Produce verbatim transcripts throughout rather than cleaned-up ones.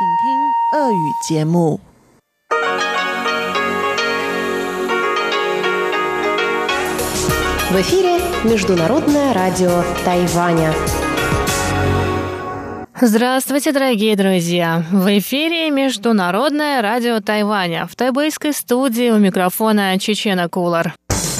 请听俄语节目。 В эфире Международное радио Тайваня. Здравствуйте, дорогие друзья! В эфире Международное радио Тайваня. В тайбэйской студии у микрофона Чечена Кулар.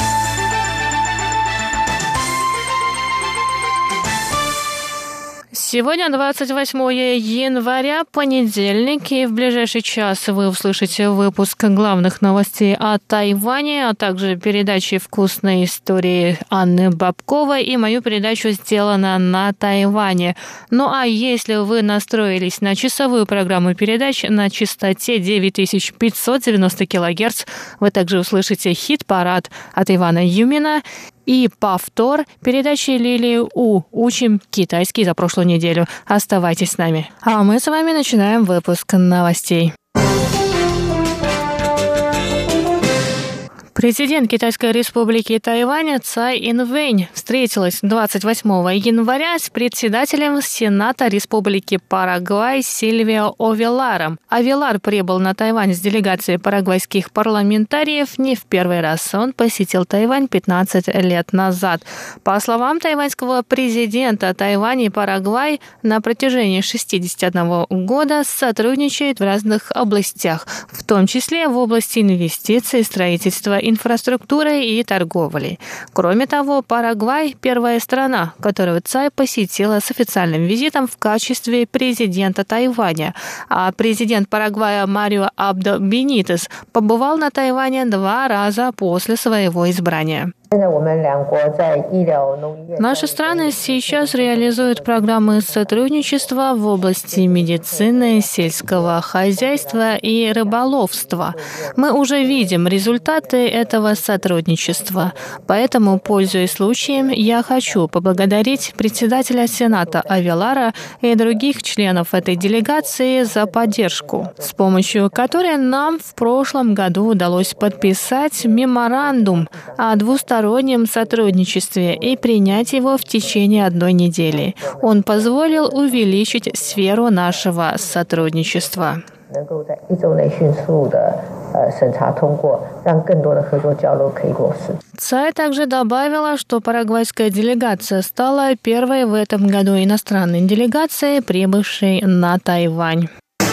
Сегодня двадцать восьмое января, понедельник, и в ближайший час вы услышите выпуск главных новостей о Тайване, а также передачи «Вкусные истории» Анны Бабковой и мою передачу «Сделано на Тайване». Ну а если вы настроились на часовую программу передач на частоте девять тысяч пятьсот девяносто килогерц, вы также услышите хит-парад от Ивана Юмина и повтор передачи Лилии У «Учим китайский» за прошлую неделю. Оставайтесь с нами. А мы с вами начинаем выпуск новостей. Президент Китайской республики Тайвань Цай Инвэнь встретилась двадцать восьмого января с председателем Сената Республики Парагвай Сильвио Овеларом. Овелар прибыл на Тайвань с делегацией парагвайских парламентариев не в первый раз. Он посетил Тайвань пятнадцать лет назад. По словам тайваньского президента, Тайвань и Парагвай на протяжении шестидесяти одного года сотрудничают в разных областях, в том числе в области инвестиций, строительства, инфраструктурой и торговлей. Кроме того, Парагвай – первая страна, которую Цай посетила с официальным визитом в качестве президента Тайваня, а президент Парагвая Марио Абдо Бенитес побывал на Тайване два раза после своего избрания. Наши страны сейчас реализуют программы сотрудничества в области медицины, сельского хозяйства и рыболовства. Мы уже видим результаты этого сотрудничества. Поэтому, пользуясь случаем, я хочу поблагодарить председателя Сената Овелара и других членов этой делегации за поддержку, с помощью которой нам в прошлом году удалось подписать меморандум о двустороннем сотрудничестве и принять его в течение одной недели. Он позволил увеличить сферу нашего сотрудничества. Цай также добавила, что парагвайская делегация стала первой в этом году иностранной делегацией, прибывшей на Тайвань.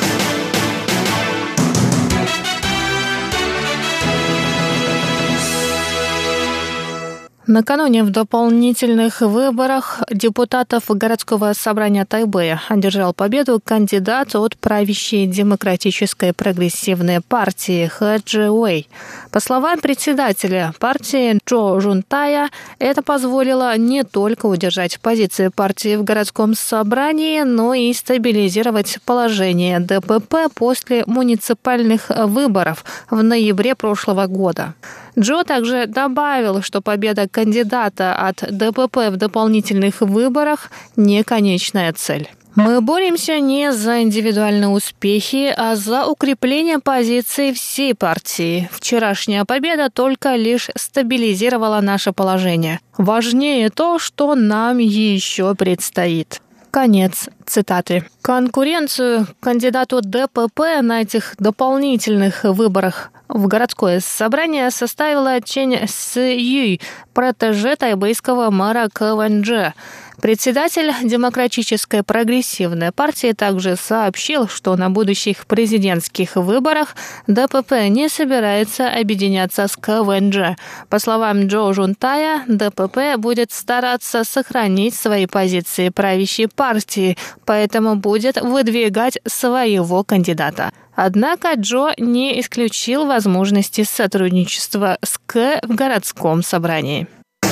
Накануне в дополнительных выборах депутатов городского собрания Тайбэя одержал победу кандидат от правящей демократической прогрессивной партии Хэ Джи Уэй. По словам председателя партии Чжо Жунтая, это позволило не только удержать позиции партии в городском собрании, но и стабилизировать положение Дэ Пэ Пэ после муниципальных выборов в ноябре прошлого года. Джо также добавил, что победа кандидата от Дэ Пэ Пэ в дополнительных выборах не конечная цель. Мы боремся не за индивидуальные успехи, а за укрепление позиций всей партии. Вчерашняя победа только лишь стабилизировала наше положение. Важнее то, что нам еще предстоит. Конец цитаты. Конкуренцию кандидату Дэ Пэ Пэ на этих дополнительных выборах в городское собрание составила Чэнь Сы Юй, протеже тайбэйского мэра Кэ Вэн Дже. Председатель Демократической прогрессивной партии также сообщил, что на будущих президентских выборах Дэ Пэ Пэ не собирается объединяться с Кэ Вэн Дже. По словам Чжо Жунтая, Дэ Пэ Пэ будет стараться сохранить свои позиции правящей партии, поэтому будет выдвигать своего кандидата. Однако Джо не исключил возможности сотрудничества с Кэ в городском собрании.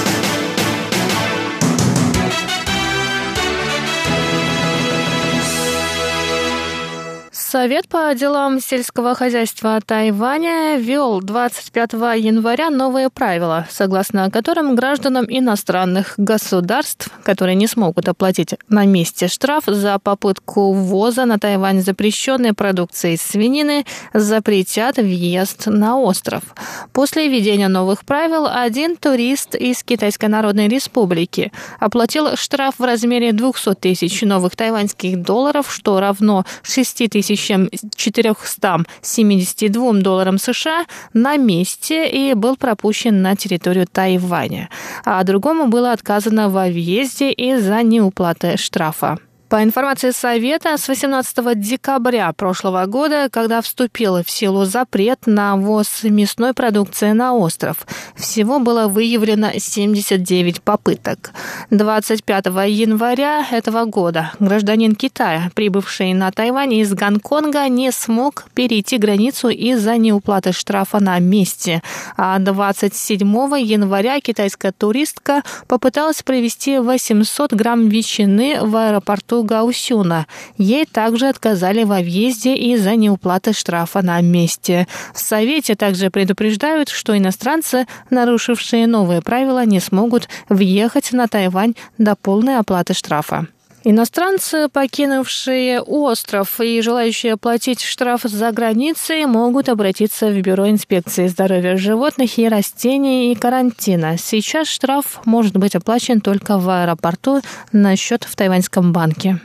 Совет по делам сельского хозяйства Тайваня ввел двадцать пятого января новые правила, согласно которым гражданам иностранных государств, которые не смогут оплатить на месте штраф за попытку ввоза на Тайвань запрещенной продукции из свинины, запретят въезд на остров. После введения новых правил один турист из Китайской Народной Республики оплатил штраф в размере двухсот тысяч новых тайваньских долларов, что равно шести тысяч чем четырёхстам семидесяти двум долларам США на месте и был пропущен на территорию Тайваня, а другому было отказано во въезде из-за неуплаты штрафа. По информации Совета, с восемнадцатого декабря прошлого года, когда вступил в силу запрет на ввоз мясной продукции на остров, всего было выявлено семьдесят девять попыток. двадцать пятого января этого года гражданин Китая, прибывший на Тайвань из Гонконга, не смог перейти границу из-за неуплаты штрафа на месте, а двадцать седьмого января китайская туристка попыталась привезти восемьсот грамм ветчины в аэропорту Гаосюна. Ей также отказали во въезде из-за неуплаты штрафа на месте. В Совете также предупреждают, что иностранцы, нарушившие новые правила, не смогут въехать на Тайвань до полной оплаты штрафа. Иностранцы, покинувшие остров и желающие платить штраф за границей, могут обратиться в Бюро инспекции здоровья животных и растений и карантина. Сейчас штраф может быть оплачен только в аэропорту на счет в тайваньском банке.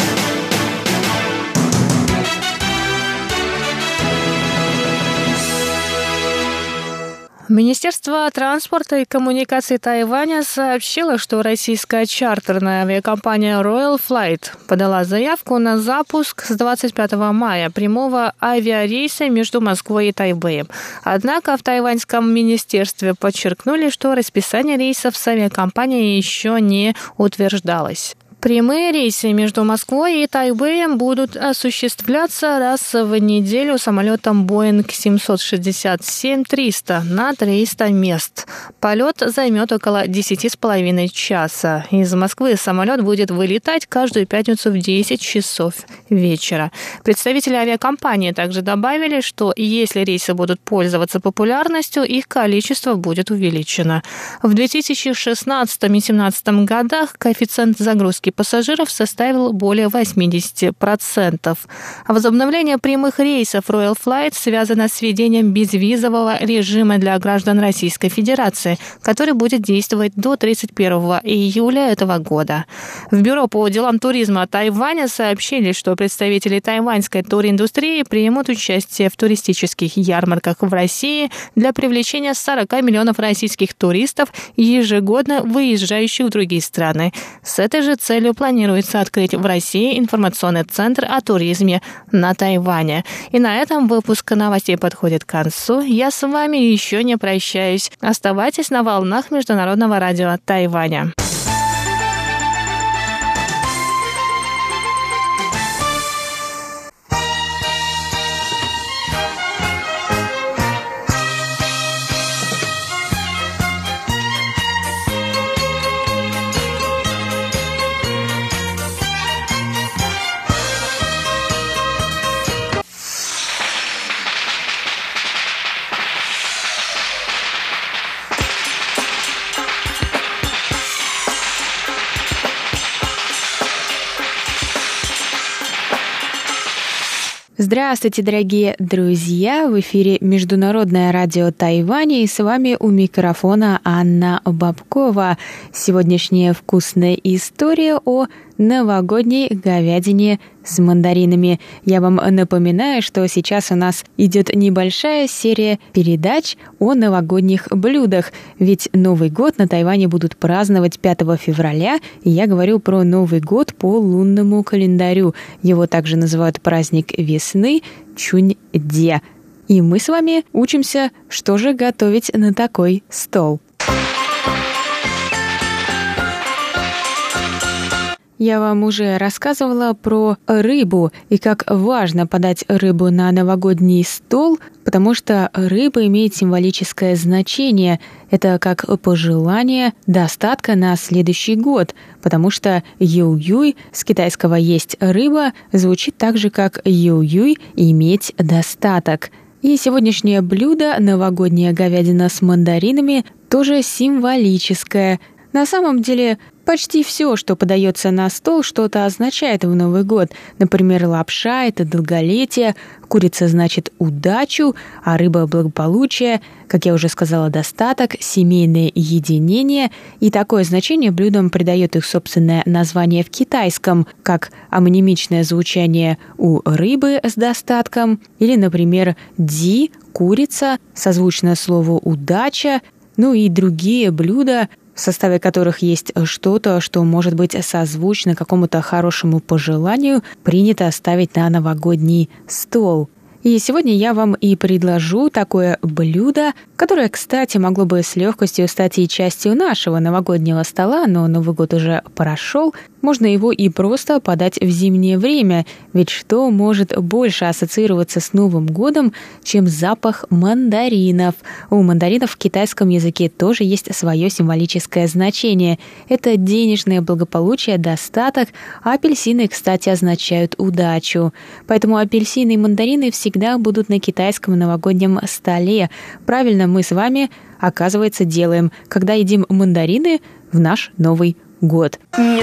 Министерство транспорта и коммуникаций Тайваня сообщило, что российская чартерная авиакомпания Royal Flight подала заявку на запуск с двадцать пятого мая прямого авиарейса между Москвой и Тайбэем. Однако в тайваньском министерстве подчеркнули, что расписание рейсов с авиакомпанией еще не утверждалось. Прямые рейсы между Москвой и Тайбэем будут осуществляться раз в неделю самолетом Boeing семьсот шестьдесят семь триста на триста мест. Полет займет около десять с половиной часа. Из Москвы самолет будет вылетать каждую пятницу в десять часов вечера. Представители авиакомпании также добавили, что если рейсы будут пользоваться популярностью, их количество будет увеличено. В две тысячи шестнадцатом и две тысячи семнадцатом годах коэффициент загрузки пассажиров составил более восемьдесят процентов. Возобновление прямых рейсов Royal Flight связано с введением безвизового режима для граждан Российской Федерации, который будет действовать до тридцать первого июля этого года. В Бюро по делам туризма Тайваня сообщили, что представители тайваньской туриндустрии примут участие в туристических ярмарках в России для привлечения сорок миллионов российских туристов, ежегодно выезжающих в другие страны. С этой же целью планируется открыть в России информационный центр о туризме на Тайване. И на этом выпуск новостей подходит к концу. Я с вами еще не прощаюсь. Оставайтесь на волнах Международного радио Тайваня. Здравствуйте, дорогие друзья! В эфире Международное радио Тайваня, и с вами у микрофона Анна Бабкова. Сегодняшняя вкусная история о новогодней говядине с мандаринами. Я вам напоминаю, что сейчас у нас идет небольшая серия передач о новогодних блюдах, ведь Новый год на Тайване будут праздновать пятого февраля, и я говорю про Новый год по лунному календарю. Его также называют праздник весны Чунь-Де. И мы с вами учимся, что же готовить на такой стол. Я вам уже рассказывала про рыбу и как важно подать рыбу на новогодний стол, потому что рыба имеет символическое значение. Это как пожелание достатка на следующий год, потому что юй-юй с китайского «есть рыба» звучит так же, как юй-юй «иметь достаток». И сегодняшнее блюдо, новогодняя говядина с мандаринами, тоже символическое. На самом деле Почти все, что подается на стол, что-то означает в Новый год. Например, лапша – это долголетие, курица значит удачу, а рыба – благополучие, как я уже сказала, достаток, семейное единение. И такое значение блюдам придает их собственное название в китайском, как амонимичное звучание у рыбы с достатком, или, например, ди – курица, созвучно слову удача, ну и другие блюда, в составе которых есть что-то, что может быть созвучно какому-то хорошему пожеланию, принято ставить на новогодний стол. И сегодня я вам и предложу такое блюдо, которое, кстати, могло бы с легкостью стать и частью нашего новогоднего стола, но Новый год уже прошел. Можно его и просто подать в зимнее время, ведь что может больше ассоциироваться с Новым годом, чем запах мандаринов? У мандаринов в китайском языке тоже есть свое символическое значение. Это денежное благополучие, достаток, а апельсины, кстати, означают удачу. Поэтому апельсины и мандарины всегда будут на китайском новогоднем столе. Правильно мы с вами, оказывается, делаем, когда едим мандарины в наш Новый год.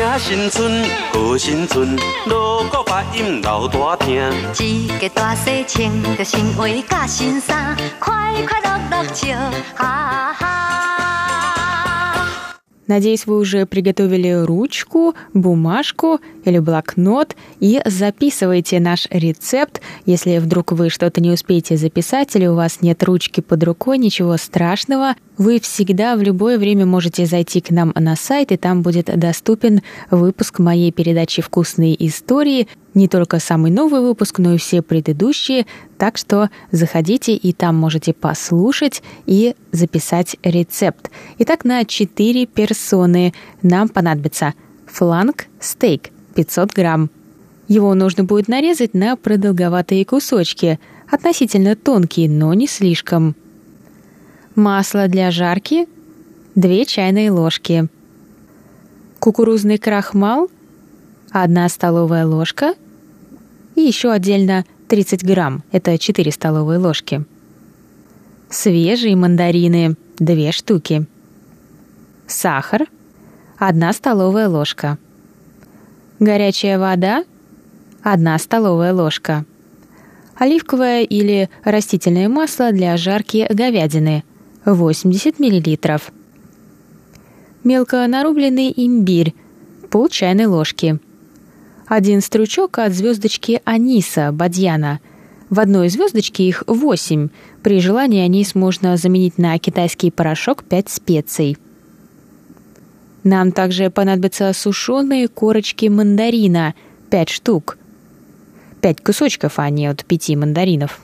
Надеюсь, вы уже приготовили ручку, бумажку или блокнот и записывайте наш рецепт. Если вдруг вы что-то не успеете записать или у вас нет ручки под рукой, ничего страшного. Вы всегда в любое время можете зайти к нам на сайт, и там будет доступен выпуск моей передачи «Вкусные истории». Не только самый новый выпуск, но и все предыдущие. Так что заходите, и там можете послушать и записать рецепт. Итак, на четыре персоны нам понадобится фланк-стейк пятьсот грамм. Его нужно будет нарезать на продолговатые кусочки, относительно тонкие, но не слишком. Масло для жарки – две чайные ложки. Кукурузный крахмал – одна столовая ложка. И еще отдельно тридцать грамм – это четыре столовые ложки. Свежие мандарины – две штуки. Сахар – одна столовая ложка. Горячая вода – одна столовая ложка. Оливковое или растительное масло для жарки говядины – восемьдесят миллилитров. Мелко нарубленный имбирь – пол чайной ложки. Один стручок от звездочки аниса, бадьяна. В одной звездочке их восемь. При желании анис можно заменить на китайский порошок пять специй. Нам также понадобятся сушеные корочки мандарина – пять штук. пять кусочков, а не от пяти мандаринов.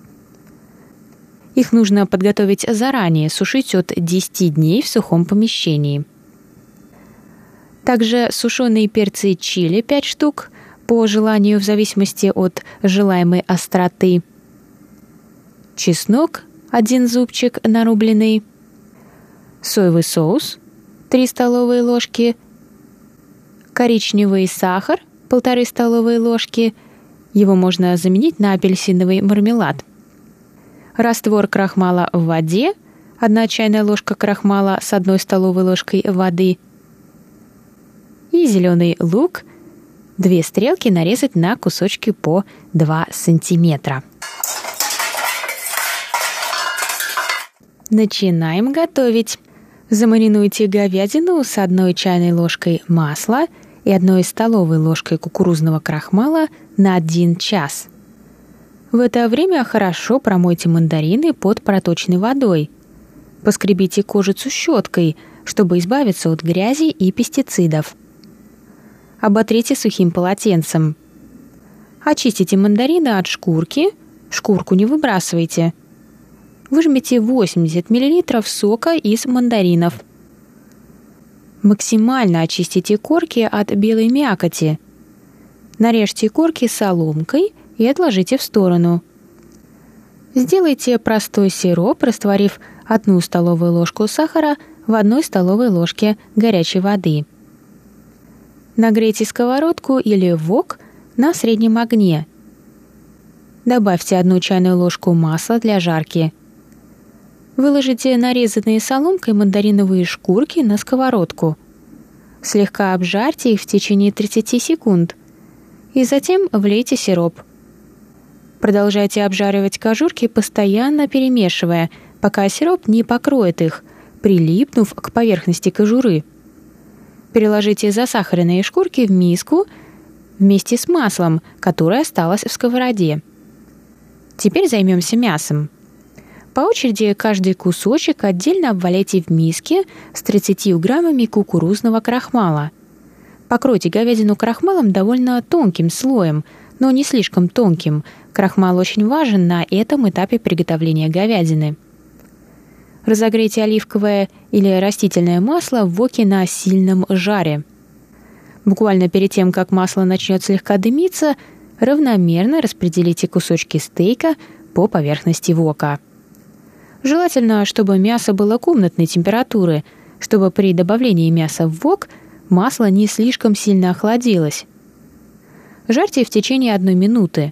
Их нужно подготовить заранее, сушить от десяти дней в сухом помещении. Также сушеные перцы чили пять штук, по желанию в зависимости от желаемой остроты. Чеснок один зубчик нарубленный. Соевый соус три столовые ложки. Коричневый сахар полторы столовые ложки. Его можно заменить на апельсиновый мармелад. Раствор крахмала в воде, одна чайная ложка крахмала с одной столовой ложкой воды. И зеленый лук, две стрелки нарезать на кусочки по два сантиметра. Начинаем готовить. Замаринуйте говядину с одной чайной ложкой масла и одной столовой ложкой кукурузного крахмала на один час. В это время хорошо промойте мандарины под проточной водой. Поскребите кожицу щеткой, чтобы избавиться от грязи и пестицидов. Оботрите сухим полотенцем. Очистите мандарины от шкурки, шкурку не выбрасывайте. Выжмите восемьдесят миллилитров сока из мандаринов. Максимально очистите корки от белой мякоти. Нарежьте корки соломкой и отложите в сторону. Сделайте простой сироп, растворив одну столовую ложку сахара в одной столовой ложке горячей воды. Нагрейте сковородку или вок на среднем огне. Добавьте одну чайную ложку масла для жарки. Выложите нарезанные соломкой мандариновые шкурки на сковородку. Слегка обжарьте их в течение тридцати секунд. И затем влейте сироп. Продолжайте обжаривать кожурки, постоянно перемешивая, пока сироп не покроет их, прилипнув к поверхности кожуры. Переложите засахаренные шкурки в миску вместе с маслом, которое осталось в сковороде. Теперь займемся мясом. По очереди каждый кусочек отдельно обваляйте в миске с тридцатью граммами кукурузного крахмала. Покройте говядину крахмалом довольно тонким слоем, но не слишком тонким. Крахмал очень важен на этом этапе приготовления говядины. Разогрейте оливковое или растительное масло в воке на сильном жаре. Буквально перед тем, как масло начнет слегка дымиться, равномерно распределите кусочки стейка по поверхности вока. Желательно, чтобы мясо было комнатной температуры, чтобы при добавлении мяса в вок масло не слишком сильно охладилось. Жарьте в течение одной минуты.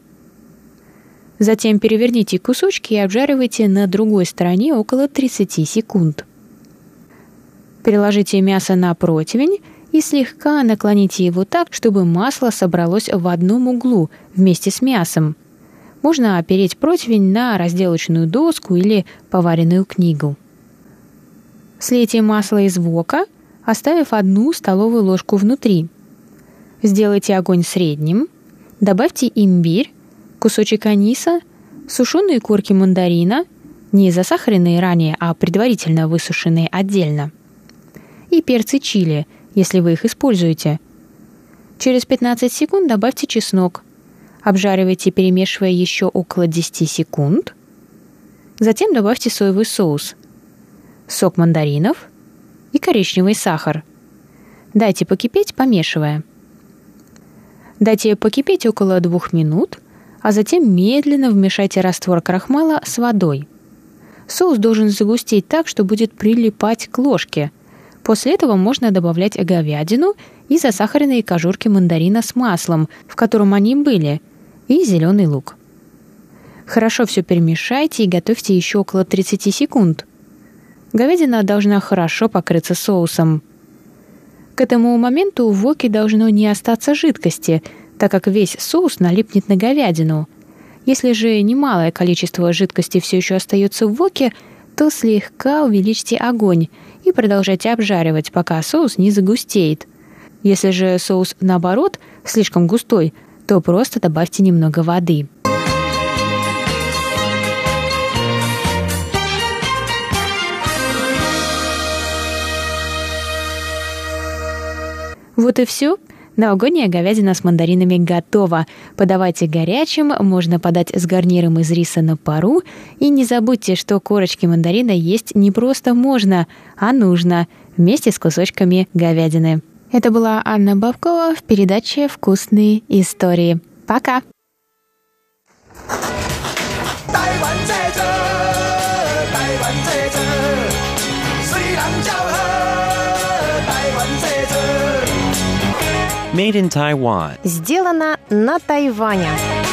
Затем переверните кусочки и обжаривайте на другой стороне около тридцати секунд. Переложите мясо на противень и слегка наклоните его так, чтобы масло собралось в одном углу вместе с мясом. Можно опереть противень на разделочную доску или поваренную книгу. Слейте масло из вока, оставив одну столовую ложку внутри. Сделайте огонь средним, добавьте имбирь, кусочек аниса, сушеные корки мандарина, не засахаренные ранее, а предварительно высушенные отдельно, и перцы чили, если вы их используете. Через пятнадцать секунд добавьте чеснок. Обжаривайте, перемешивая еще около десяти секунд. Затем добавьте соевый соус, сок мандаринов и коричневый сахар. Дайте покипеть, помешивая. Дайте покипеть около двух минут, а затем медленно вмешайте раствор крахмала с водой. Соус должен загустеть так, что будет прилипать к ложке. После этого можно добавлять говядину и засахаренные кожурки мандарина с маслом, в котором они были, и зеленый лук. Хорошо все перемешайте и готовьте еще около тридцати секунд. Говядина должна хорошо покрыться соусом. К этому моменту в воке должно не остаться жидкости, так как весь соус налипнет на говядину. Если же немалое количество жидкости все еще остается в воке, то слегка увеличьте огонь и продолжайте обжаривать, пока соус не загустеет. Если же соус, наоборот, слишком густой, то просто добавьте немного воды. Вот и все. Новогодняя говядина с мандаринами готова. Подавайте горячим, можно подать с гарниром из риса на пару. И не забудьте, что корочки мандарина есть не просто можно, а нужно, вместе с кусочками говядины. Это была Анна Бабкова в передаче «Вкусные истории». Пока! Made in Taiwan. Сделано на Тайване.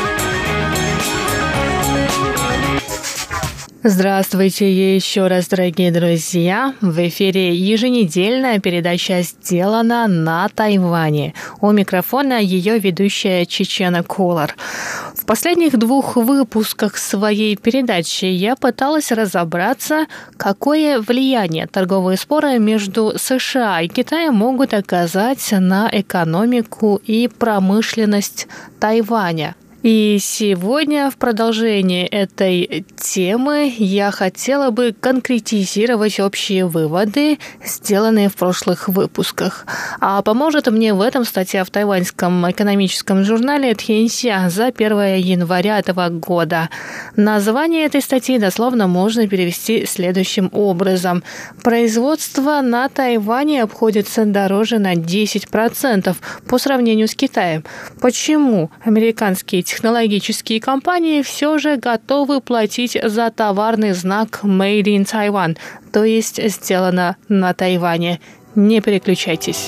Здравствуйте еще раз, дорогие друзья! В эфире еженедельная передача «Сделано на Тайване». У микрофона ее ведущая Чечена Колор. В последних двух выпусках своей передачи я пыталась разобраться, какое влияние торговые споры между США и Китаем могут оказать на экономику и промышленность Тайваня. И сегодня в продолжении этой темы я хотела бы конкретизировать общие выводы, сделанные в прошлых выпусках. А поможет мне в этом статья в тайваньском экономическом журнале «Тхенься» за первое января этого года. Название этой статьи дословно можно перевести следующим образом. Производство на Тайване обходится дороже на десять процентов по сравнению с Китаем. Почему американские технологические компании все же готовы платить за товарный знак «Made in Taiwan», то есть «Сделано на Тайване». Не переключайтесь.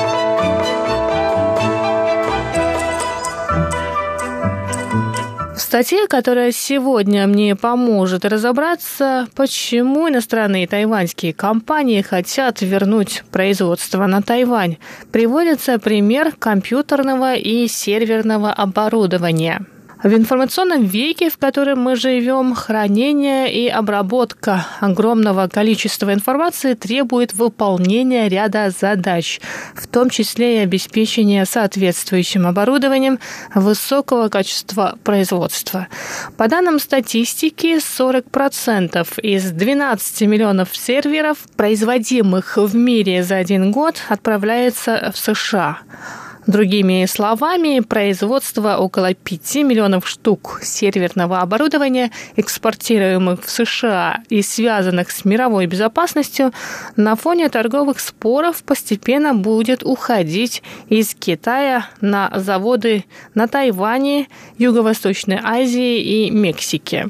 В Статья, которая сегодня мне поможет разобраться, почему иностранные тайваньские компании хотят вернуть производство на Тайвань. Приводится пример компьютерного и серверного оборудования. В информационном веке, в котором мы живем, хранение и обработка огромного количества информации требует выполнения ряда задач, в том числе и обеспечения соответствующим оборудованием высокого качества производства. По данным статистики, сорок процентов из двенадцати миллионов серверов, производимых в мире за один год, отправляется в США. Другими словами, производство около пяти миллионов штук серверного оборудования, экспортируемых в США и связанных с мировой безопасностью, на фоне торговых споров постепенно будет уходить из Китая на заводы на Тайване, Юго-Восточной Азии и Мексике.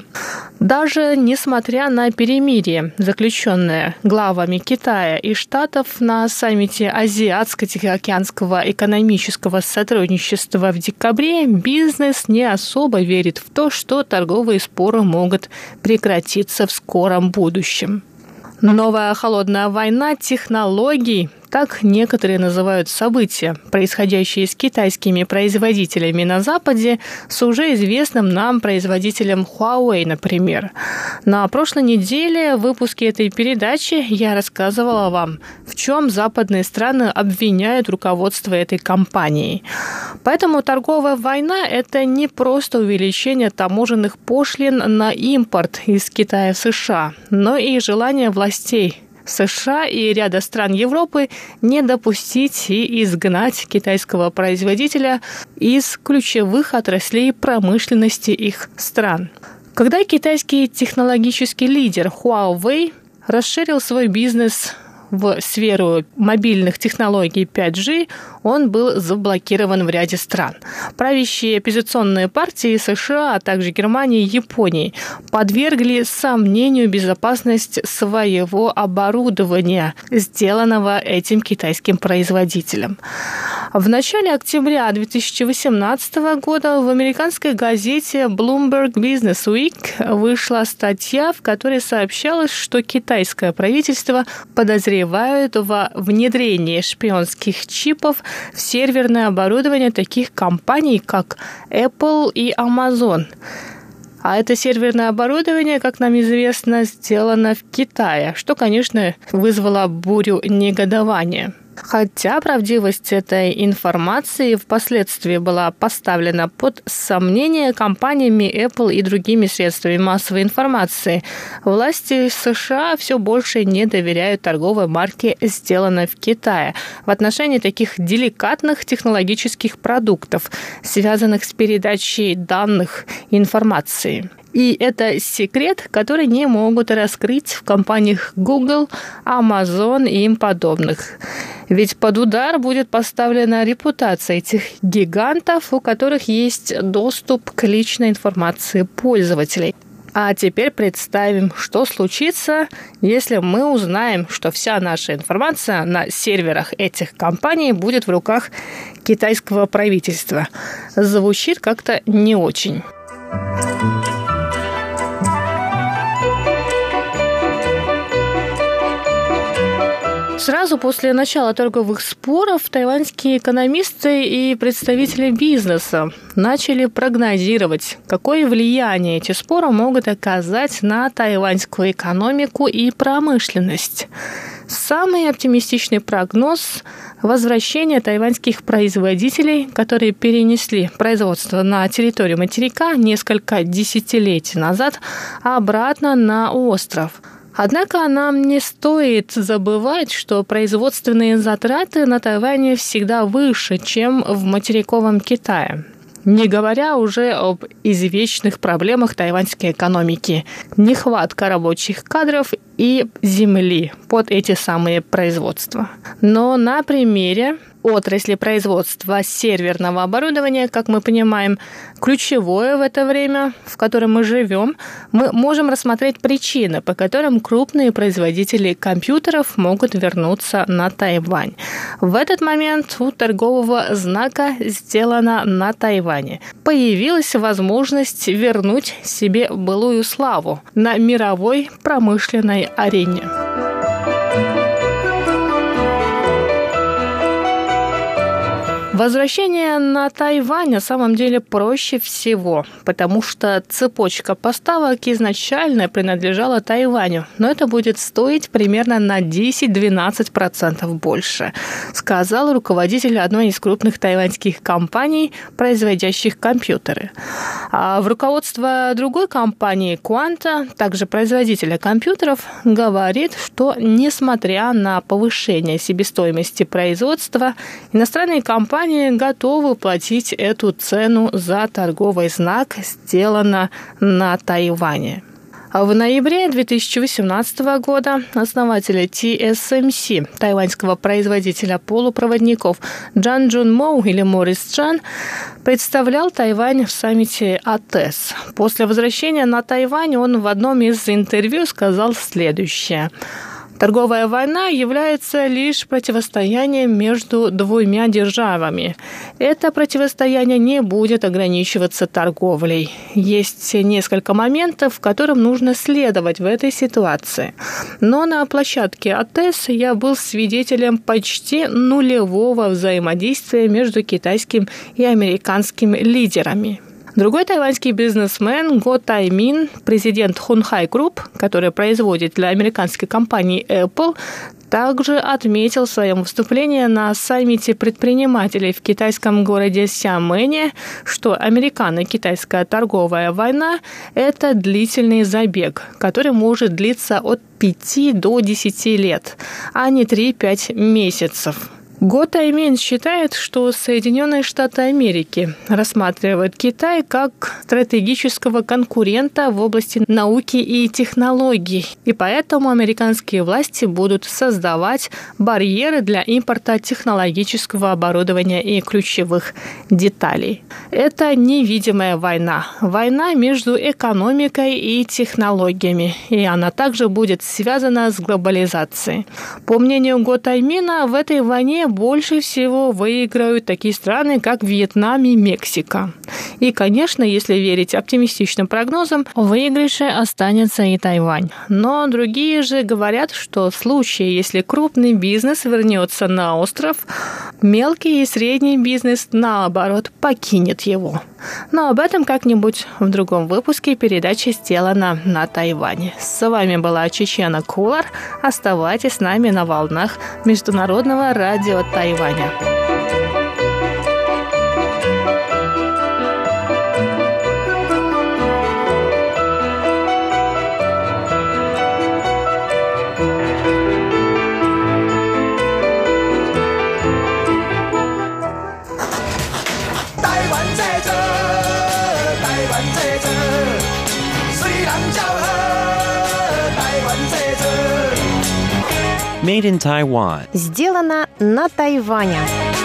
Даже несмотря на перемирие, заключенное главами Китая и Штатов на саммите Азиатско-Тихоокеанского экономического сотрудничества в декабре, бизнес не особо верит в то, что торговые споры могут прекратиться в скором будущем. Новая холодная война технологий, так некоторые называют события, происходящие с китайскими производителями на Западе, с уже известным нам производителем Huawei, например. На прошлой неделе в выпуске этой передачи я рассказывала вам, в чем западные страны обвиняют руководство этой компании. Поэтому торговая война – это не просто увеличение таможенных пошлин на импорт из Китая в США, но и желание властей США и ряда стран Европы не допустить и изгнать китайского производителя из ключевых отраслей промышленности их стран. Когда китайский технологический лидер Huawei расширил свой бизнес в сферу мобильных технологий пять джи, он был заблокирован в ряде стран. Правящие оппозиционные партии США, а также Германии и Японии подвергли сомнению безопасность своего оборудования, сделанного этим китайским производителем. В начале октября две тысячи восемнадцатого года в американской газете Bloomberg Business Week вышла статья, в которой сообщалось, что китайское правительство подозревает во внедрении шпионских чипов в серверное оборудование таких компаний, как Apple и Amazon. А это серверное оборудование, как нам известно, сделано в Китае, что, конечно, вызвало бурю негодования. Хотя правдивость этой информации впоследствии была поставлена под сомнение компаниями Apple и другими средствами массовой информации, власти США все больше не доверяют торговой марке «Сделано в Китае» в отношении таких деликатных технологических продуктов, связанных с передачей данных и информации. И это секрет, который не могут раскрыть в компаниях Google, Amazon и им подобных. Ведь под удар будет поставлена репутация этих гигантов, у которых есть доступ к личной информации пользователей. А теперь представим, что случится, если мы узнаем, что вся наша информация на серверах этих компаний будет в руках китайского правительства. Звучит как-то не очень. Сразу после начала торговых споров тайваньские экономисты и представители бизнеса начали прогнозировать, какое влияние эти споры могут оказать на тайваньскую экономику и промышленность. Самый оптимистичный прогноз – возвращение тайваньских производителей, которые перенесли производство на территорию материка несколько десятилетий назад, обратно на остров. Однако нам не стоит забывать, что производственные затраты на Тайване всегда выше, чем в материковом Китае. Не говоря уже об извечных проблемах тайваньской экономики – нехватка рабочих кадров и земли под эти самые производства. Но на примере отрасли производства серверного оборудования, как мы понимаем, ключевое в это время, в котором мы живем, мы можем рассмотреть причины, по которым крупные производители компьютеров могут вернуться на Тайвань. В этот момент у торгового знака «Сделано на Тайване» появилась возможность вернуть себе былую славу на мировой промышленной арене. Возвращение на Тайвань на самом деле проще всего, потому что цепочка поставок изначально принадлежала Тайваню, но это будет стоить примерно на десять-двенадцать процентов больше, сказал руководитель одной из крупных тайваньских компаний, производящих компьютеры. А в руководство другой компании Quanta, также производителя компьютеров, говорит, что несмотря на повышение себестоимости производства, иностранные компании готовы платить эту цену за торговый знак «Сделано на Тайване». В ноябре две тысячи восемнадцатого года основатель ти эс эм си, тайваньского производителя полупроводников, Джан Джун Моу или Морис Джан, представлял Тайвань в саммите эй ти и эс. После возвращения на Тайвань он в одном из интервью сказал следующее. Торговая война является лишь противостоянием между двумя державами. Это противостояние не будет ограничиваться торговлей. Есть несколько моментов, которым нужно следовать в этой ситуации. Но на площадке эй ти и эс я был свидетелем почти нулевого взаимодействия между китайским и американскими лидерами. Другой тайваньский бизнесмен Го Таймин, президент Хунхай Групп, который производит для американской компании Apple, также отметил в своем выступлении на саммите предпринимателей в китайском городе Сямэне, что американо-китайская торговая война – это длительный забег, который может длиться от пяти до десяти лет, а не три-пять месяцев. Го Таймин считает, что Соединенные Штаты Америки рассматривают Китай как стратегического конкурента в области науки и технологий, и поэтому американские власти будут создавать барьеры для импорта технологического оборудования и ключевых деталей. Это невидимая война, война между экономикой и технологиями, и она также будет связана с глобализацией. По мнению Го Таймина, в этой войне больше всего выиграют такие страны, как Вьетнам и Мексика. И, конечно, если верить оптимистичным прогнозам, в выигрыше останется и Тайвань. Но другие же говорят, что в случае, если крупный бизнес вернется на остров, мелкий и средний бизнес, наоборот, покинет его. Но об этом как-нибудь в другом выпуске передачи «Сделано на Тайване». С вами была Чечена Кулар. Оставайтесь с нами на волнах Международного радио Тайваня. Made in Taiwan. Сделано на Тайване.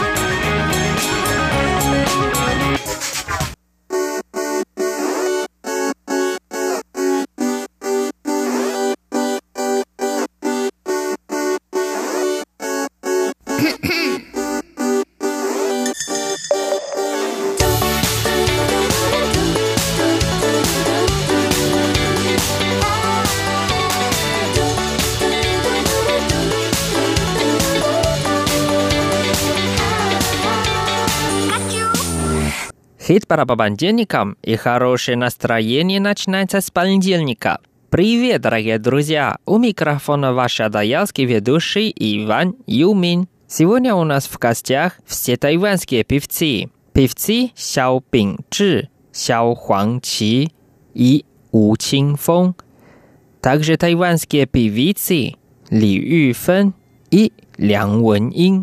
Хит-парад по понедельникам, и хорошее настроение начинается с понедельника. Привет, дорогие друзья! У микрофона ваш адаялский ведущий Иван Юмин. Сегодня у нас в гостях все тайваньские певцы. Певцы Сяо Бинчжи, Сяо Хуангqi и У Qingfeng. Также тайваньские певицы Ли Юфэн и梁Wenyin.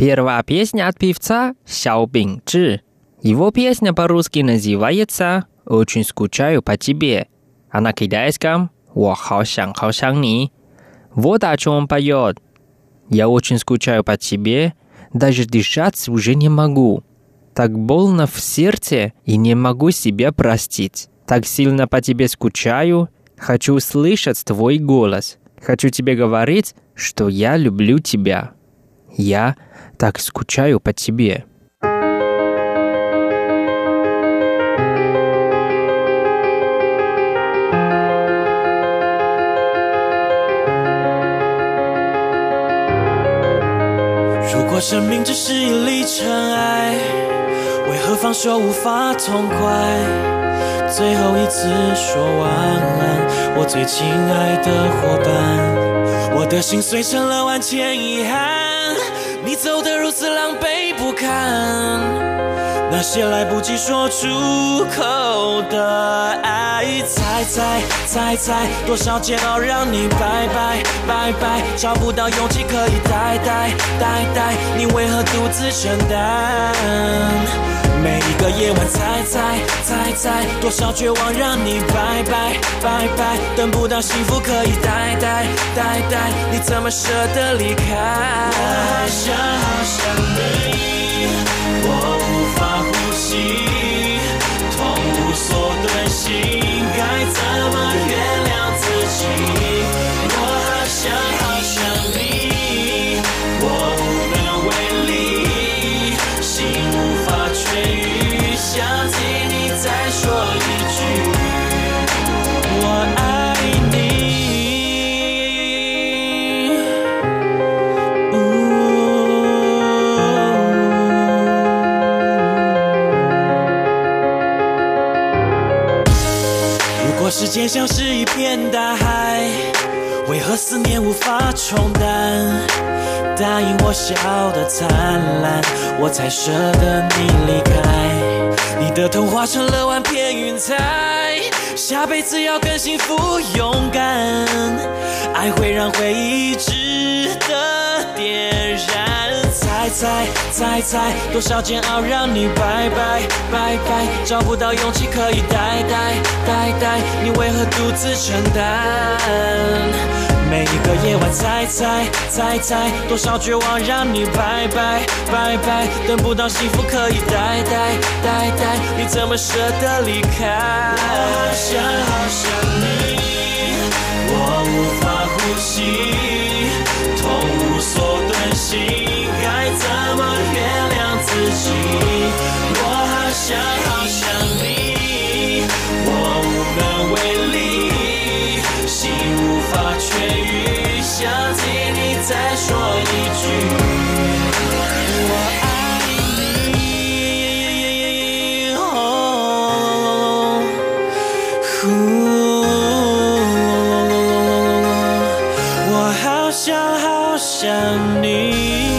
Первая песня от певца Сяо Бинчжи. Его песня по-русски называется «Очень скучаю по тебе», а на китайском «我好想好想你». Вот о чем он поет. «Я очень скучаю по тебе, даже дышать уже не могу. Так больно в сердце и не могу себя простить. Так сильно по тебе скучаю, хочу слышать твой голос. Хочу тебе говорить, что я люблю тебя. Я так скучаю по тебе». 如果生命只是一粒尘埃，为何放手无法痛快？最后一次说晚安，我最亲爱的伙伴。我的心碎成了万千遗憾，你走得如此狼狈不堪。那些来不及说出口的爱，猜猜猜猜，多少煎熬让你白白白白，找不到勇气可以代代代代，你为何独自承担？每一个夜晚，猜猜猜猜，多少绝望让你白白白白，等不到幸福可以代代代代，你怎么舍得离开？我好想好想你，我无法呼吸，痛无所遁形，该怎么原谅自己？我好想好想你，我无能为力，心无法痊愈，想起你再说一句我爱你。如果时间像是一片大海，为何思念无法冲淡？答应我笑得灿烂，我才舍得你离开。你的童话成了万片云彩，下辈子要更幸福勇敢。爱会让回忆值得点燃。猜猜猜猜，多少煎熬让你白白白白，找不到勇气可以代代代代，你为何独自承担？每一个夜晚，猜猜猜猜，多少绝望让你白白白白，等不到幸福可以代代代代，你怎么舍得离开？我好想好想你，我无法呼吸，痛无所遁形，该怎么原谅自己？我好想好想你，我无能为力，心无法痊愈，想起你再说一句我爱你。哦我好想好想你。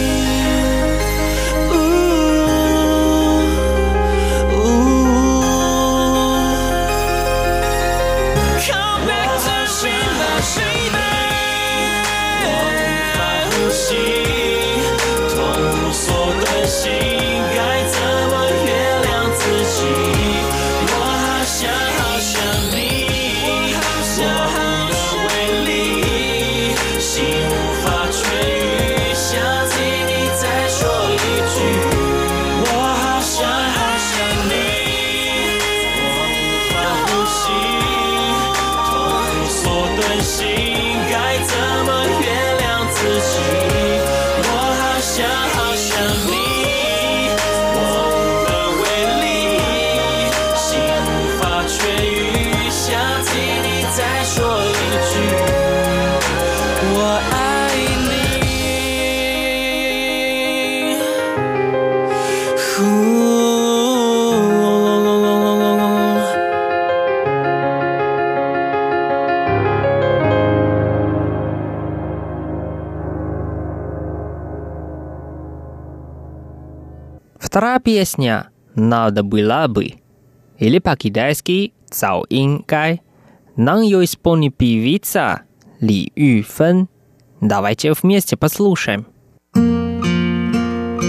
Вторая песня «Надо было бы» или по-китайски «Цао ингай». Нам ее исполнит певица Ли Юфэн. Давайте вместе послушаем.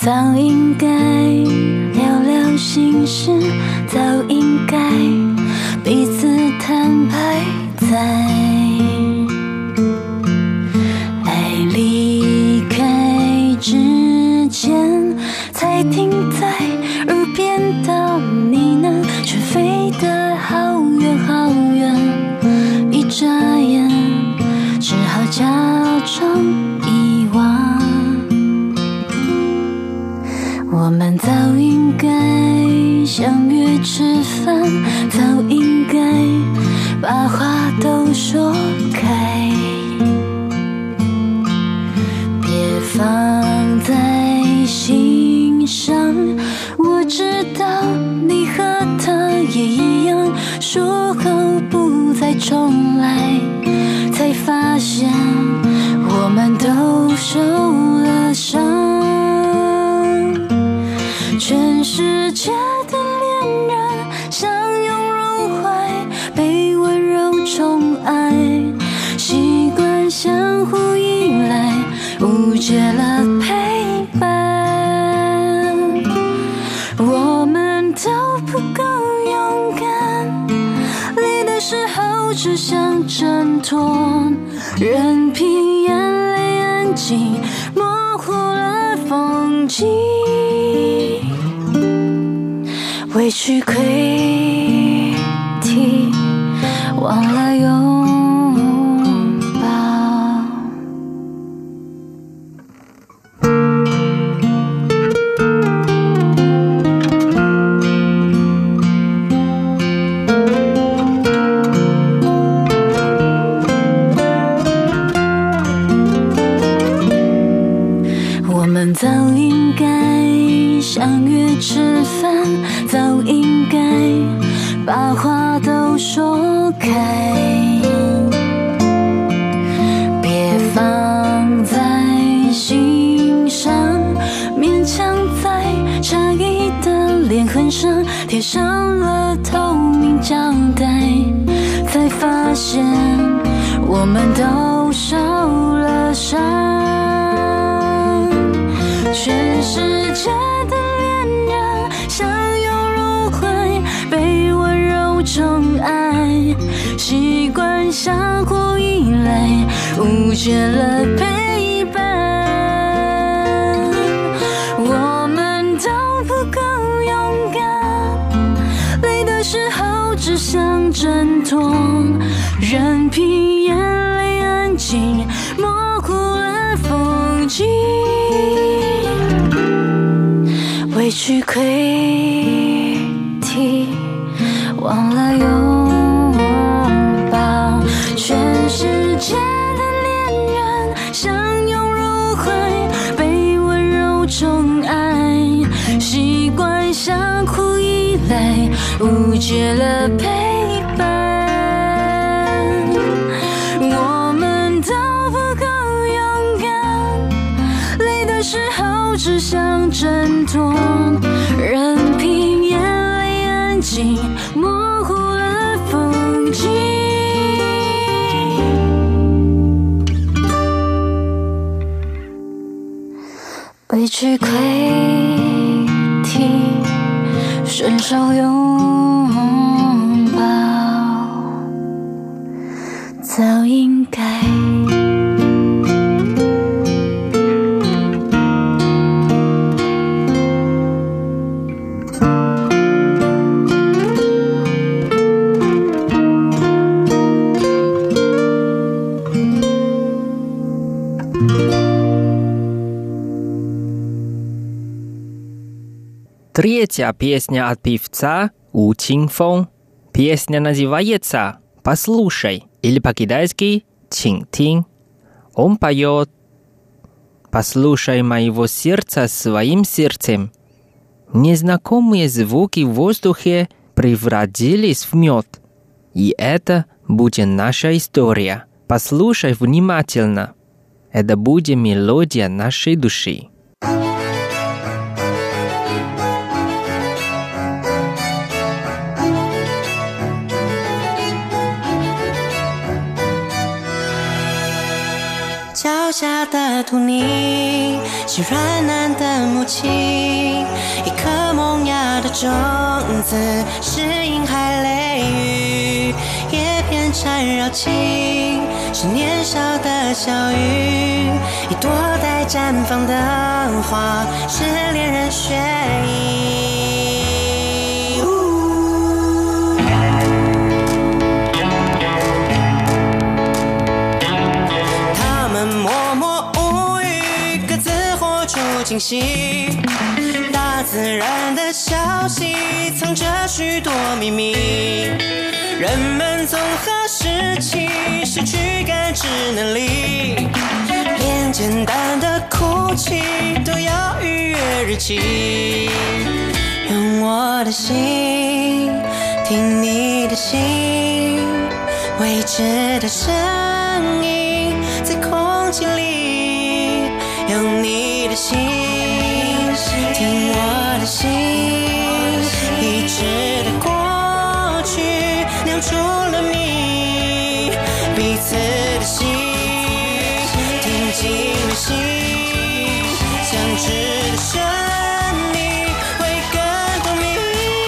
早应该聊聊心事，早应该彼此坦白，在爱离开之前，才停在耳边的呢喃，却飞得好远好远，一眨眼只好假装遗忘。我们早应该相约吃饭，早应该把话都说开，别放在心上。我知道你和他也一样，说好不再重来，才发现我们都受了伤。全世界的恋人相拥入怀，被温柔宠爱，习惯相互依赖，误解了陪伴。我们都不够勇敢，累的时候只想挣脱，任凭眼泪安静模糊了风景，委屈溃堤，忘了拥抱。我们早应该相约吃饭，早应该把话都说开，别放在心上，勉强在差异的裂痕上贴上了透明胶带，才发现我们都受了伤。全世界的恋人相拥入怀，被温柔宠爱，习惯相互依赖，误解了陪伴。我们都不够勇敢，累的时候只想挣脱，任凭眼泪安静模糊了风景，委屈溃堤，忘了拥抱。全世界的恋人相拥入怀，被温柔宠爱，习惯相互依赖，误解了陪伴。我们都不够勇敢，累的时候只想挣脱，任凭眼泪安静模糊了风景，委屈溃堤，伸手拥抱，早应该。 Третья песня от певца У Чинфон. Песня называется «Послушай» или по-китайски «Чин-тин». Он поет: «Послушай моего сердца своим сердцем. Незнакомые звуки в воздухе превратились в мед. И это будет наша история. Послушай внимательно. Это будет мелодия нашей души». 是软烂的母亲，一颗萌芽的种子，是婴孩泪雨，叶片缠绕情，是年少的小雨，一朵待绽放的花，是恋人血影。他们默默无语，各自活出惊喜。大自然的消息藏着许多秘密，人们从何时起失去感知能力？连简单的哭泣都要逾越日期。用我的心听你的心，未知的声音在空气里。用你的心听我的心，已知的过去酿出了谜，彼此的心听进了心，相知的生命会更透明。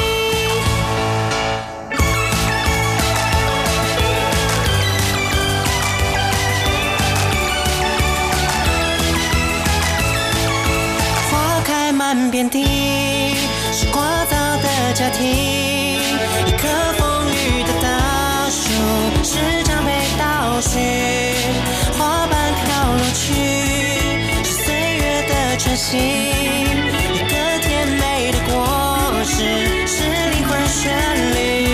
花开满遍地，是聒噪的家庭，一棵风雨的大树，时常被倒叙，花瓣飘落去，是岁月的喘息，一个甜美的果实，是灵魂旋律。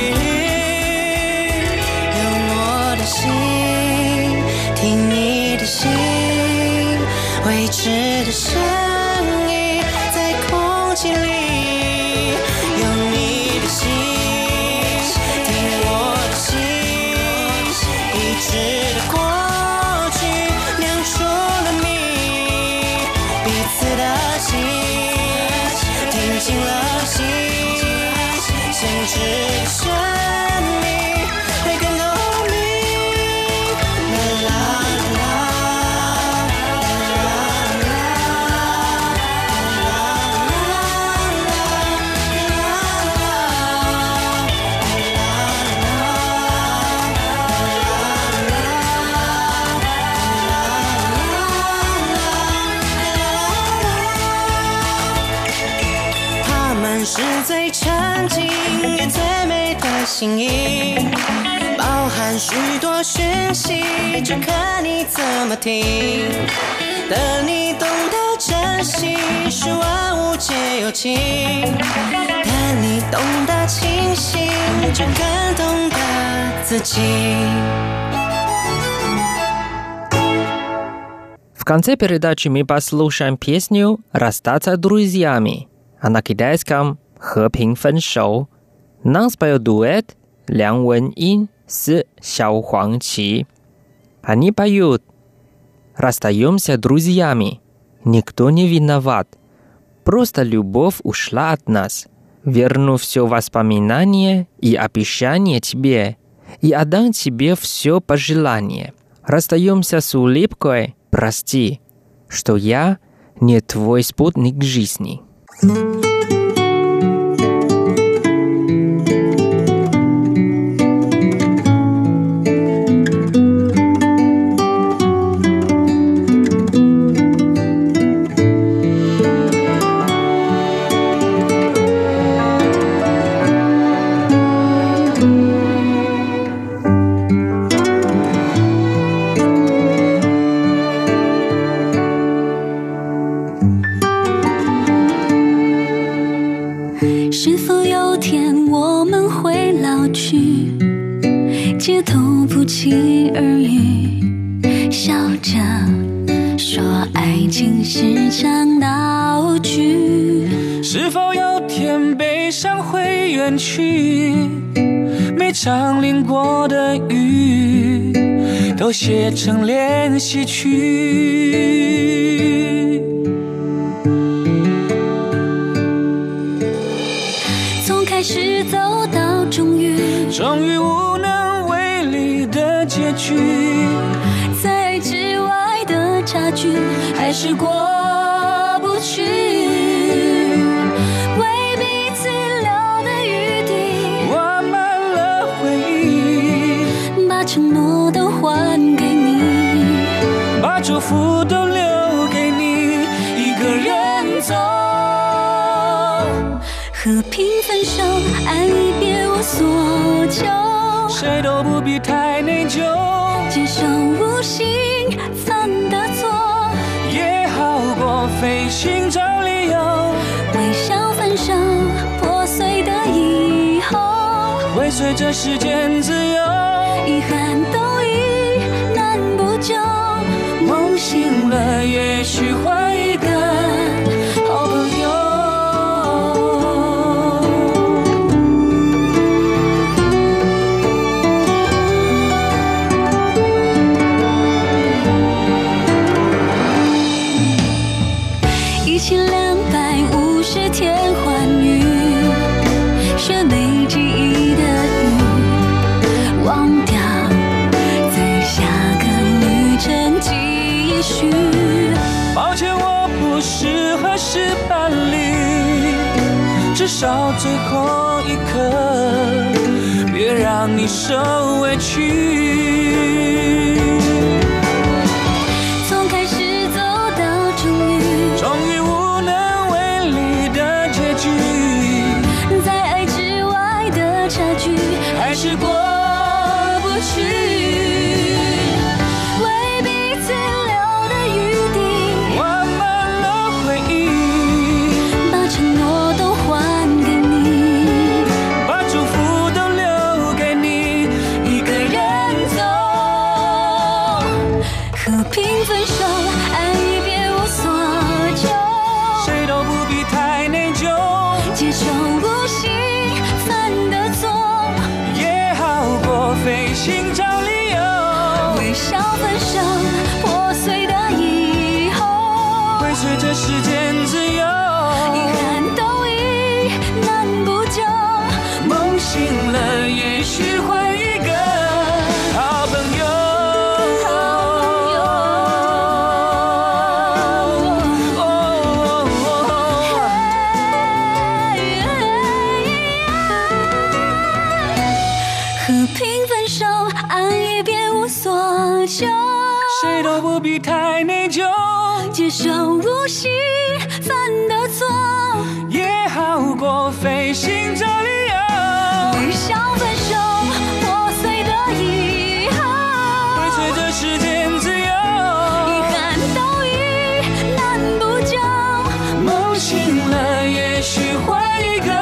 用我的心听你的心，未知的声音在空气里。用你的心听我的心，已知的过去酿出了谜，彼此的心听进了心，相知的生命会更透明。啦啦是最沉静也最美的心意，包含许多讯息，就看你怎么听。等你懂得珍惜，是万物皆有情；等你懂得清醒，就更懂得自己。 В конце передачи мы послушаем песню «Расстаться друзьями», а на китайском «和平分手». Нам споет дуэт Лян Вэньин с Сяо Хуангqi. Они поют: «Расстаемся друзьями. Никто не виноват. Просто любовь ушла от нас. Верну все воспоминания и обещание тебе, и отдам тебе все пожелание. Расстаемся с улыбкой. Прости, что я не твой спутник жизни». 是否有天我们会老去，街头不期而遇，笑着说爱情是场闹剧。 是否有天悲伤会远去，没常淋过的雨都写成练习曲。 开始走到终于， 终于无能为力的结局， 在之外的差距还是过去，为彼此留的余地， 挖满了回忆， 把承诺都还给你， 把祝福都留给你，一个人走。 和平分手，爱已别无所求， 谁都不必太内疚， 接受无心犯的错， 也好过费心找理由。 微笑分手，破碎的以后， 会随着时间自由， 遗憾都已难补救。 梦醒了，也许换一个好朋友。 一千两百五十天欢愉，学没记忆的雨，忘掉，在下个旅程继续。 抱歉，我不适合是伴侣，至少最后一刻，别让你受委屈。 从开始走到终于， 终于无能为力的结局， 在爱之外的差距， 还是过不去。 为彼此留的余地， 挖满了回忆， 把承诺都还给你， 把祝福都留给你，一个人走。 和平分手，爱已别无所求， 谁都不必太内疚， 接受无心犯的错， 也好过费心找理由。 微笑分手，破碎的以后， 会随着时间自由， 遗憾都已难补救。 梦醒了，也许换一个好朋友。 和平分手，爱已别无所求， 谁都不必太内疚， 接受无心犯的错， 也好过费心找理由。 微笑分手，破碎的以后， 会随着时间自由， 遗憾都已难补救。 梦醒了，也许换一个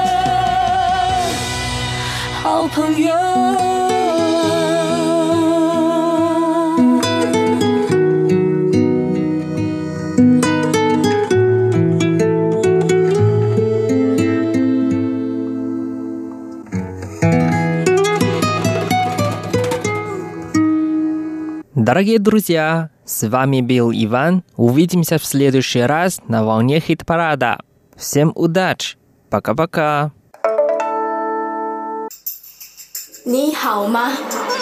好朋友。 Дорогие друзья, с вами был Иван. Увидимся в следующий раз на волне хит-парада. Всем удачи. Пока-пока. 你好吗？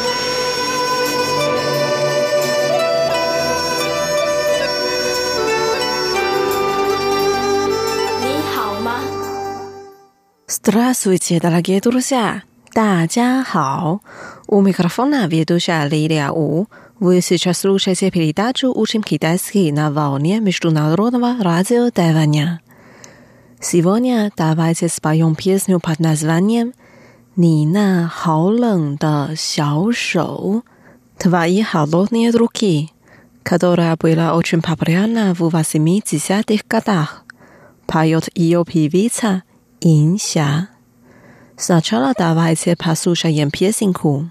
你好吗？ Здравствуйте, дорогие друзья! 大家好! У микрофона ведущая Лилия У. Вы сейчас слушаете передачу «Учим китайский» на волне Международного радио Тайваня. Сегодня давайте споем песню под названием «你那好冷的小手» «Твои холодные руки», которая была очень популярна в восьмидесятых годах. Поет ее певица Инся. Сначала давайте послушаем песенку.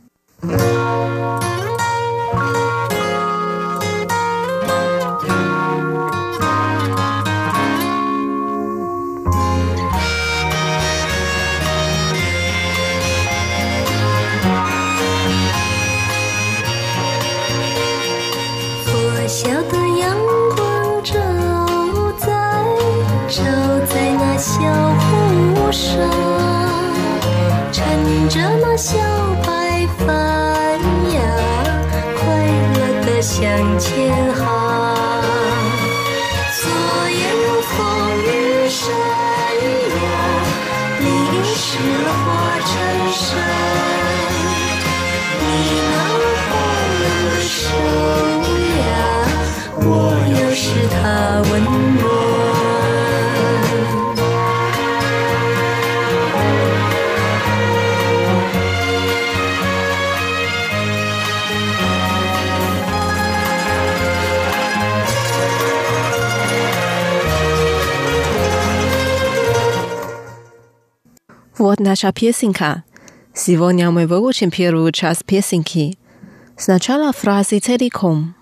那小白帆呀，快乐地向前航。昨夜了化成山，你那荒凉的生涯，我又是他温暖。 Вот наша песенка. Сегодня мы выучим первую часть песенки. Сначала фразы целиком.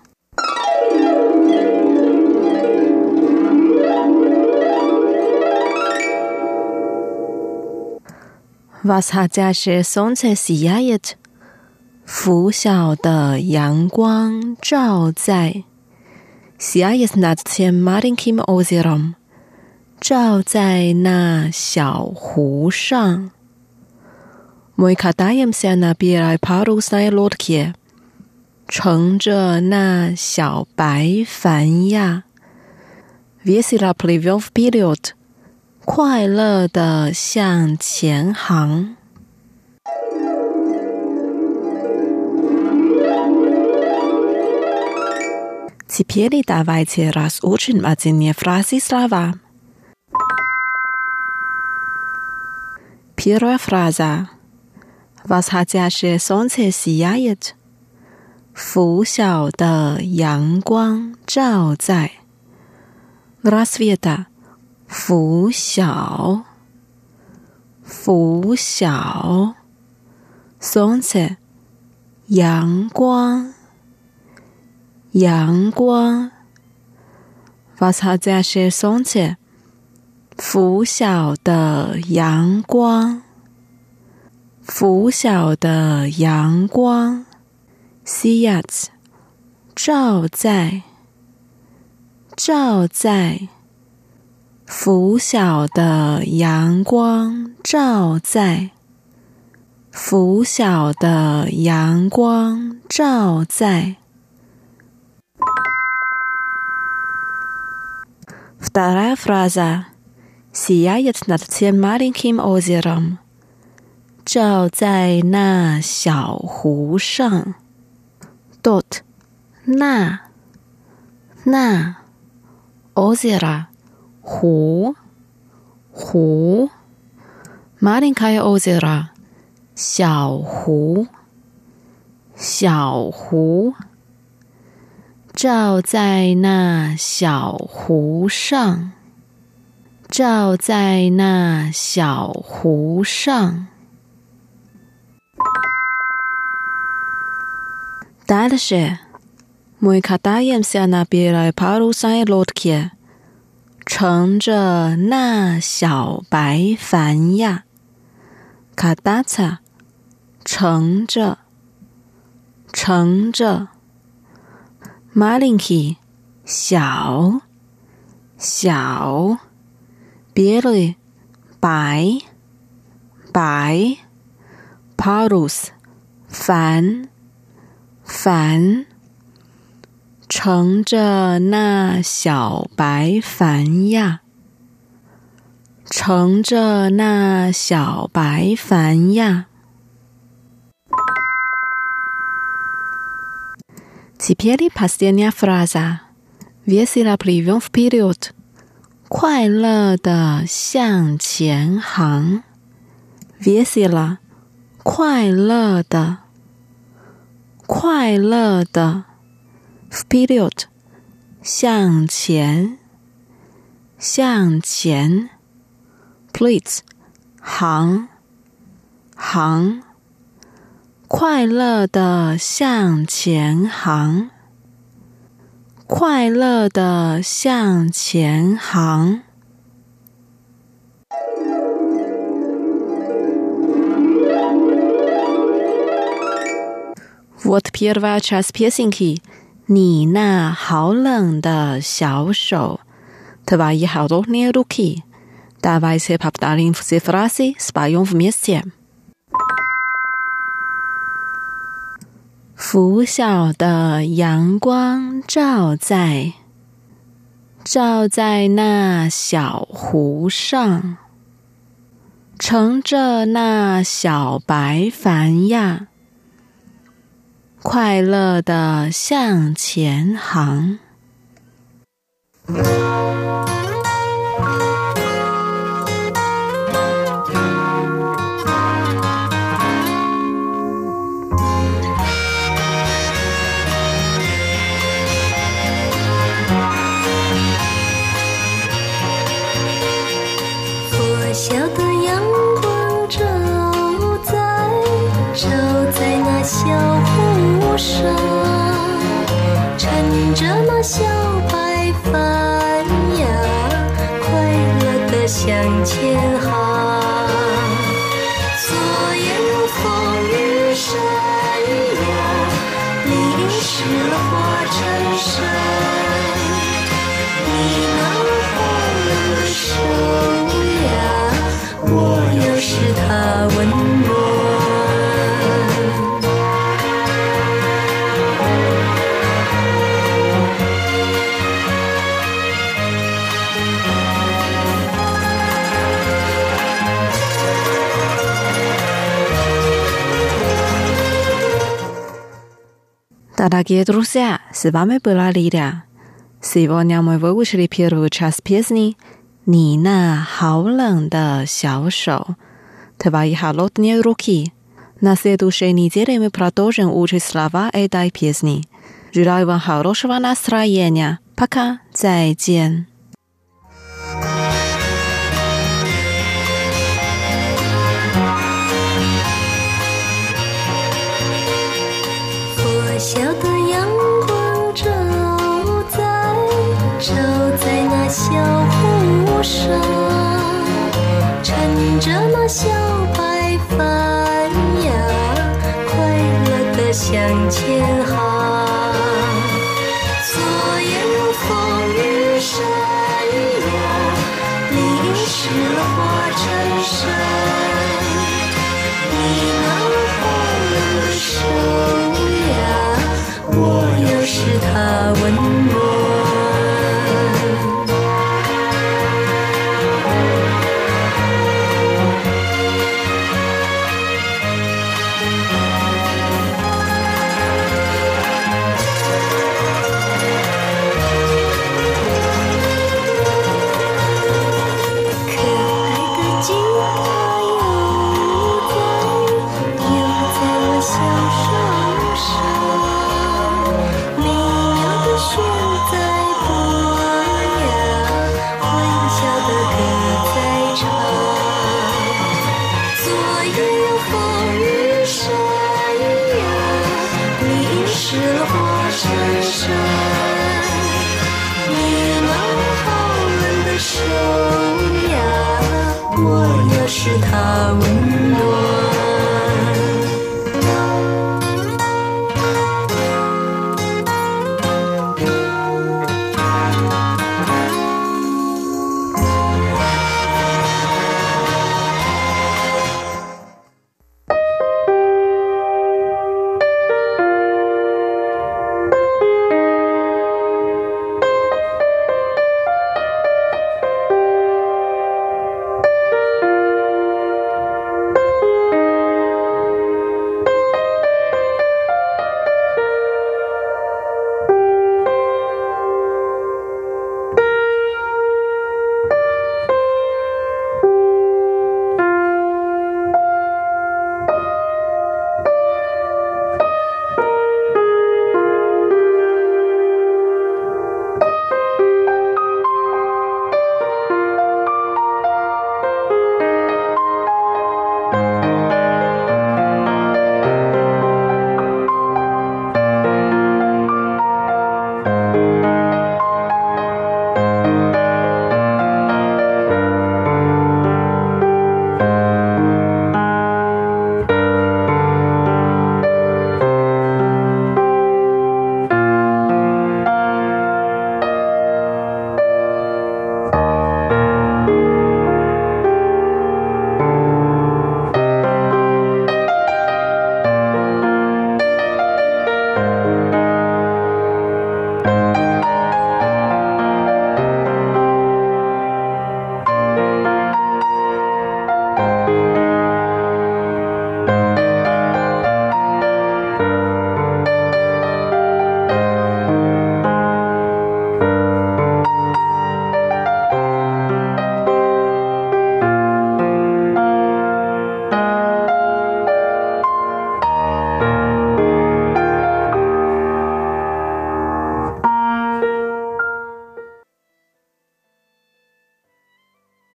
Восходящее солнце сияет, 拂晓的阳光照在 сияет над тем маленьким озером, 照在那小湖上。Мы катаемся на белой парусной лодке, 乘着那小白帆呀。Весело плывем вперед, 快乐地向前航。Теперь давайте разучим отдельные фразы и слова. Первая фраза. Восходящее солнце сияет, 拂晓的阳光照在。Рассвета. 拂晓，拂晓。Солнце. 阳光，阳光。Восходящее солнце. 拂晓的阳光，拂晓的阳光。Сияет. 照在，照在。拂晓的阳光照在，拂晓的阳光照在。Вторая фраза. Сияет над тем маленьким озером. 照在那小湖上。Тот. 那，那。Озеро. 湖，湖。Маленькое озеро. 小湖，小湖。照在那小湖上，照在那小湖上。Дальше. Мы катаемся на белой парусной лодке. 乘着那小白帆呀。Кататься. 乘着，乘着。Маленький. 小，小。Белый. 白，白。Parus. 帆，帆。乘着那小白帆呀，乘着那小白帆呀。Теперь последняя фраза. Весело плывем вперед. 快乐地向前航。Весело. 快乐的，快乐的。Вперед. 向前，向前。Plыть. 航，航。快乐的向前航，快乐的向前航。Вот первая часть песенки. 你那好冷的小手 Твои холодные руки. Давайте повторим все фразы, споем вместе. 拂晓的阳光照在，照在那小湖上， 乘着那小白帆呀，快乐地向前航。 破晓的阳光照在照在那小湖上，乘着那小白帆呀，快乐地向前航。昨夜有风雨声呀，淋湿了花衬衫。你那红润的手呀，我又是他温暖。 Дорогие друзья, с вами была Лиля. Сегодня мы выучили первую часть песни «你那好冷的小手», «Твои холодные руки». На следующей неделе мы продолжим учить слова этой песни. Желаю вам хорошего настроения. Пока, 再见。 破晓的阳光照在照在那小湖上，乘着那小白帆呀，快乐地向前航。昨夜有风雨声呀，淋湿了花衬衫。你那红润的手呀，我又是他温暖。是他